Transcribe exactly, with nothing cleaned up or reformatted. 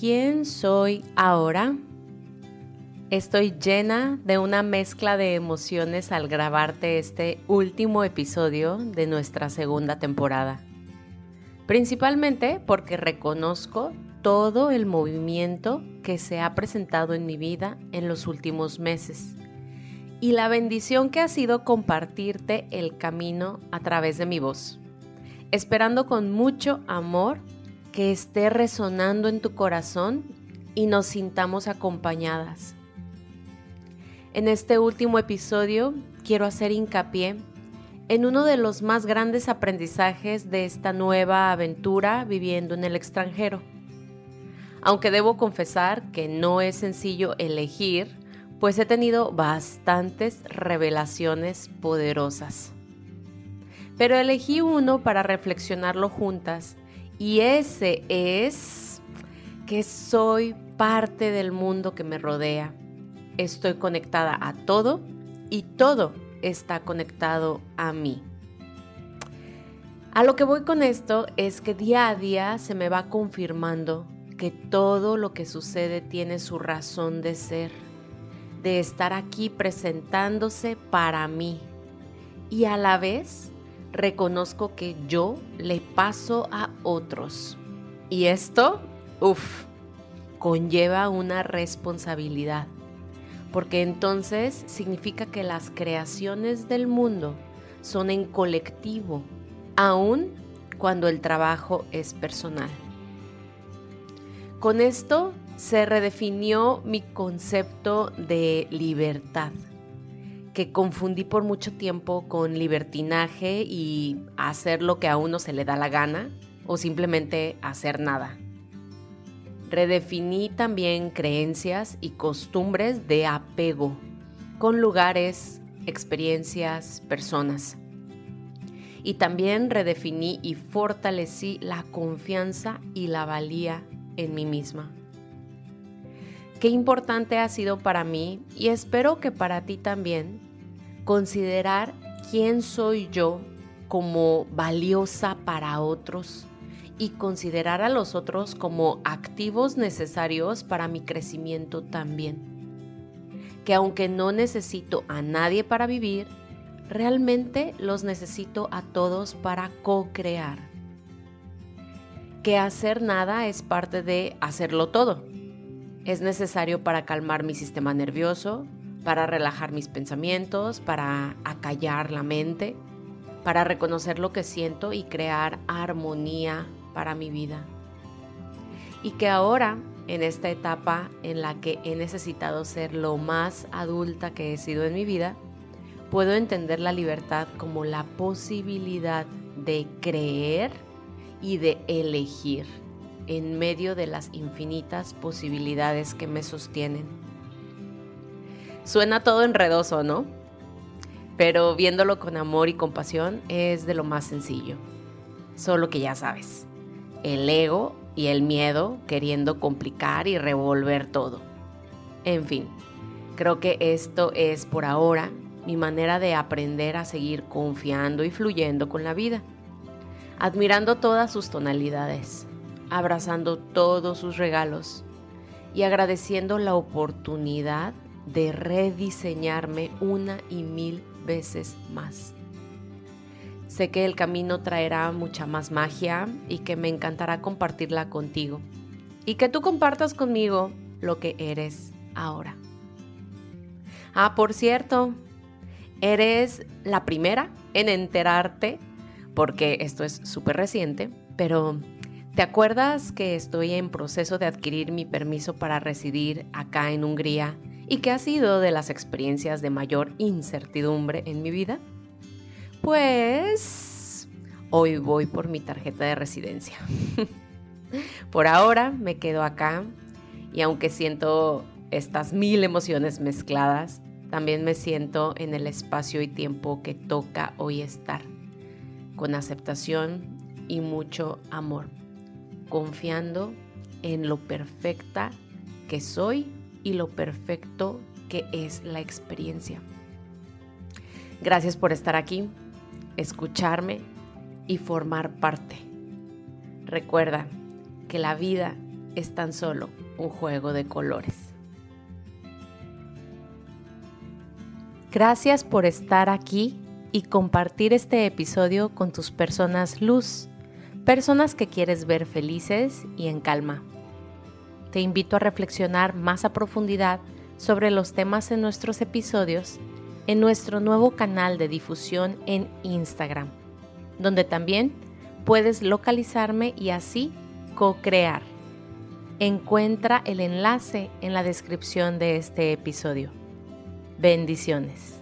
¿Quién soy ahora? Estoy llena de una mezcla de emociones al grabarte este último episodio de nuestra segunda temporada. Principalmente porque reconozco todo el movimiento que se ha presentado en mi vida en los últimos meses y la bendición que ha sido compartirte el camino a través de mi voz, esperando con mucho amor que esté resonando en tu corazón y nos sintamos acompañadas. En este último episodio quiero hacer hincapié en uno de los más grandes aprendizajes de esta nueva aventura viviendo en el extranjero. Aunque debo confesar que no es sencillo elegir, pues he tenido bastantes revelaciones poderosas. Pero elegí uno para reflexionarlo juntas, y ese es que soy parte del mundo que me rodea. Estoy conectada a todo y todo está conectado a mí. A lo que voy con esto es que día a día se me va confirmando que todo lo que sucede tiene su razón de ser, de estar aquí presentándose para mí. Y a la vez reconozco que yo le paso a otros. Y esto, uff, conlleva una responsabilidad. Porque entonces significa que las creaciones del mundo son en colectivo, aun cuando el trabajo es personal. Con esto se redefinió mi concepto de libertad, que confundí por mucho tiempo con libertinaje y hacer lo que a uno se le da la gana o simplemente hacer nada. Redefiní también creencias y costumbres de apego con lugares, experiencias, personas. Y también redefiní y fortalecí la confianza y la valía en mí misma. Qué importante ha sido para mí, y espero que para ti también, considerar quién soy yo como valiosa para otros y considerar a los otros como activos necesarios para mi crecimiento también. Que aunque no necesito a nadie para vivir, realmente los necesito a todos para co-crear. Que hacer nada es parte de hacerlo todo. Es necesario para calmar mi sistema nervioso, para relajar mis pensamientos, para acallar la mente, para reconocer lo que siento y crear armonía para mi vida. Y que ahora, en esta etapa en la que he necesitado ser lo más adulta que he sido en mi vida, puedo entender la libertad como la posibilidad de creer y de elegir en medio de las infinitas posibilidades que me sostienen. Suena todo enredoso, ¿no? Pero viéndolo con amor y compasión es de lo más sencillo. Solo que ya sabes, el ego y el miedo queriendo complicar y revolver todo. En fin, creo que esto es por ahora mi manera de aprender a seguir confiando y fluyendo con la vida, admirando todas sus tonalidades, abrazando todos sus regalos y agradeciendo la oportunidad de rediseñarme una y mil veces más. Sé que el camino traerá mucha más magia y que me encantará compartirla contigo y que tú compartas conmigo lo que eres ahora. Ah, por cierto, eres la primera en enterarte, porque esto es súper reciente, pero ¿te acuerdas que estoy en proceso de adquirir mi permiso para residir acá en Hungría y que ha sido de las experiencias de mayor incertidumbre en mi vida? Pues hoy voy por mi tarjeta de residencia. Por ahora me quedo acá y aunque siento estas mil emociones mezcladas, también me siento en el espacio y tiempo que toca hoy estar, con aceptación y mucho amor, confiando en lo perfecta que soy y lo perfecto que es la experiencia. Gracias por estar aquí, escucharme y formar parte. Recuerda que la vida es tan solo un juego de colores. Gracias por estar aquí y compartir este episodio con tus personas luz, personas que quieres ver felices y en calma. Te invito a reflexionar más a profundidad sobre los temas en nuestros episodios en nuestro nuevo canal de difusión en Instagram, donde también puedes localizarme y así co-crear. Encuentra el enlace en la descripción de este episodio. Bendiciones.